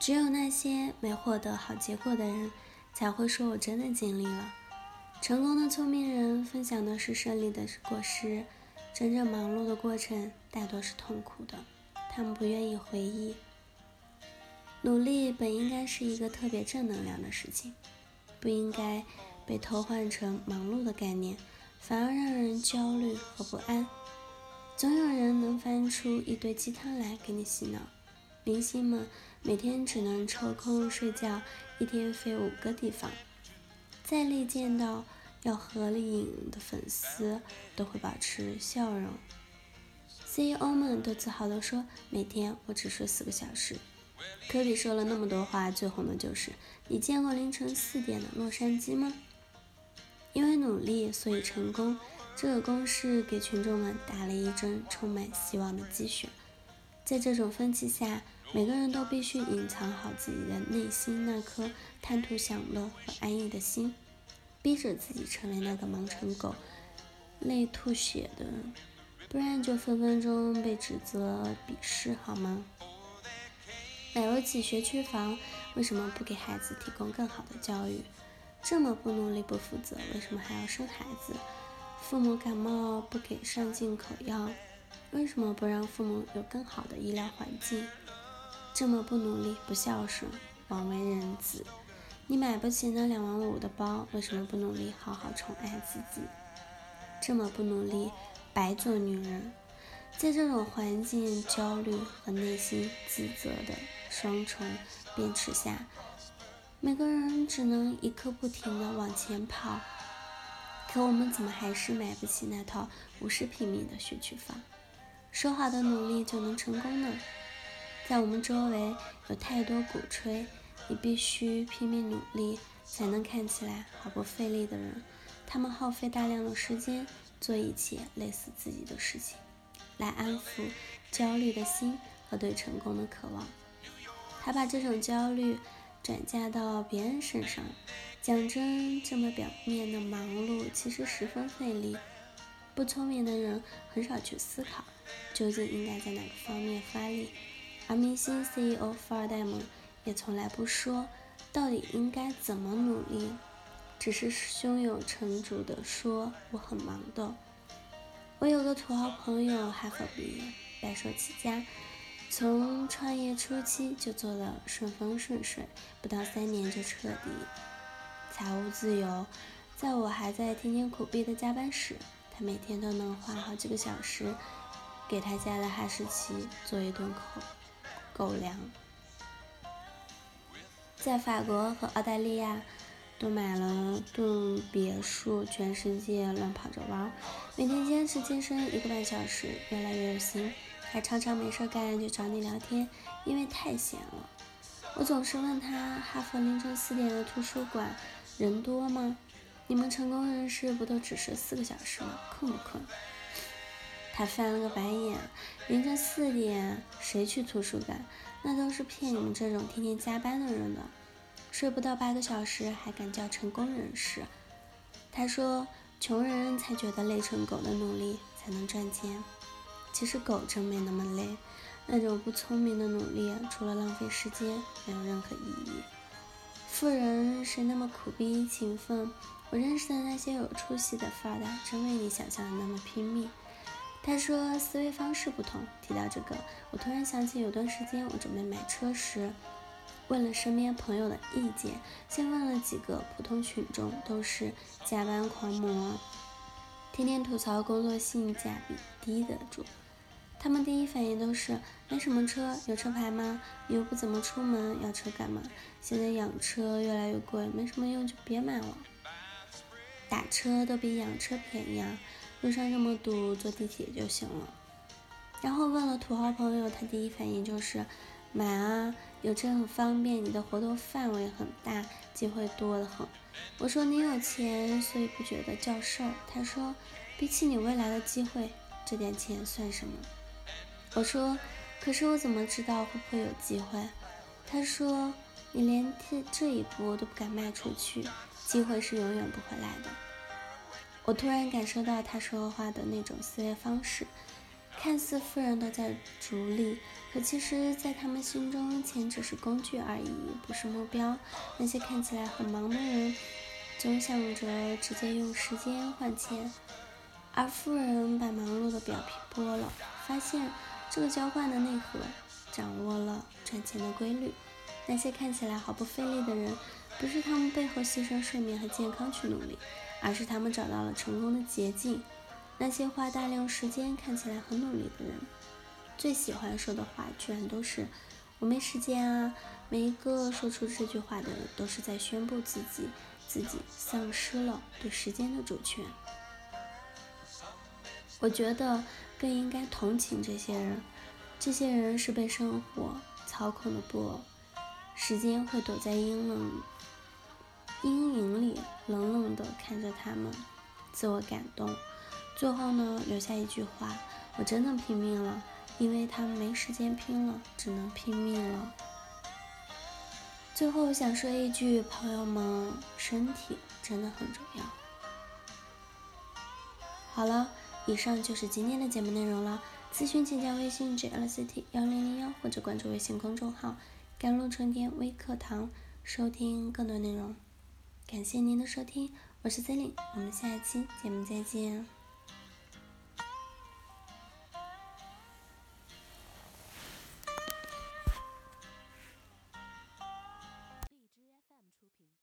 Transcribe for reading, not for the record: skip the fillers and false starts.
只有那些没获得好结果的人才会说我真的尽力了。成功的聪明人分享的是胜利的果实，真正忙碌的过程大多是痛苦的，他们不愿意回忆。努力本应该是一个特别正能量的事情，不应该被偷换成忙碌的概念，反而让人焦虑和不安。总有人能翻出一堆鸡汤来给你洗脑。明星们每天只能抽空睡觉，一天飞5个地方，再力见到要合影的粉丝都会保持笑容。CEO 们都自豪地说，每天我只睡4个小时。科比说了那么多话，最红的就是你见过凌晨4点的洛杉矶吗？因为努力所以成功，这个公式给群众们打了一针充满希望的鸡血。在这种风气下，每个人都必须隐藏好自己的内心那颗贪图享乐和安逸的心，逼着自己成为那个忙成狗、累吐血的人，不然就分分钟被指责鄙视，好吗？买不起学区房，为什么不给孩子提供更好的教育？这么不努力不负责，为什么还要生孩子？父母感冒不给上进口药，为什么不让父母有更好的医疗环境？这么不努力不孝顺，枉为人子。你买不起那2.5万的包，为什么不努力好好宠爱自己？这么不努力，白做女人。在这种环境焦虑和内心自责的双重鞭笞下，每个人只能一刻不停地往前跑。可我们怎么还是买不起那套50平米的学区房？说好的努力就能成功呢？在我们周围有太多鼓吹你必须拼命努力才能看起来毫不费力的人，他们耗费大量的时间做一切累死自己的事情，来安抚焦虑的心和对成功的渴望。他把这种焦虑转嫁到别人身上。讲真，这么表面的忙碌其实十分费力。不聪明的人很少去思考究竟应该在哪个方面发力，而明星 CEO 富二代们也从来不说到底应该怎么努力，只是胸有成竹地说我很忙的。我有个土豪朋友，哈佛毕业，白手起家，从创业初期就做得顺风顺水，不到3年就彻底财务自由。在我还在天天苦逼的加班时，他每天都能花好几个小时给他家的哈士奇做一顿狗粮。在法国和澳大利亚都买了栋别墅，全世界乱跑着玩，每天坚持健身1个半小时，越来越有型，还常常没事干就找你聊天，因为太闲了。我总是问他，哈佛凌晨4点的图书馆人多吗？你们成功人士不都只睡4个小时吗？困不困？他翻了个白眼，凌晨4点谁去图书馆？那都是骗你们这种天天加班的人的，睡不到8个小时还敢叫成功人士？他说，穷人才觉得累成狗的努力才能赚钱，其实狗真没那么累，那种不聪明的努力除了浪费时间没有任何意义。富人谁那么苦逼勤奋？我认识的那些有出息的富二代真为你想象的那么拼命。他说思维方式不同。提到这个，我突然想起有段时间我准备买车时，问了身边朋友的意见，先问了几个普通群众，都是加班狂魔，天天吐槽工作性价比低的主。他们第一反应都是买什么车？有车牌吗？你又不怎么出门，要车干嘛？现在养车越来越贵，没什么用就别买了。打车都比养车便宜啊，路上这么堵，坐地铁就行了。然后问了土豪朋友，他第一反应就是买啊，有车很方便，你的活动范围很大，机会多得很。我说你有钱，所以不觉得叫事儿。他说比起你未来的机会，这点钱算什么？我说可是我怎么知道会不会有机会？他说你连这一步都不敢迈出去，机会是永远不会来的。我突然感受到他说话的那种思维方式， 看似富人都在逐利，可其实在他们心中，钱只是工具而已，不是目标。那些看起来很忙的人，总想着直接用时间换钱，而富人把忙碌的表皮剥了，发现这个交换的内核，掌握了赚钱的规律。那些看起来毫不费力的人，不是他们背后牺牲睡眠和健康去努力，而是他们找到了成功的捷径。那些花大量时间看起来很努力的人，最喜欢说的话居然都是我没时间啊。每一个说出这句话的人，都是在宣布自己丧失了对时间的主权。我觉得更应该同情这些人，这些人是被生活操控的布偶，时间会躲在阴影里，冷冷地看着他们，自我感动。最后呢，留下一句话：我真的拼命了，因为他们没时间拼了，只能拼命了。最后想说一句，朋友们，身体真的很重要。好了，以上就是今天的节目内容了。咨询请加微信 JLCT1001 或者关注微信公众号甘露春天微课堂，收听更多内容。感谢您的收听，我是 Celine，我们下一期节目再见。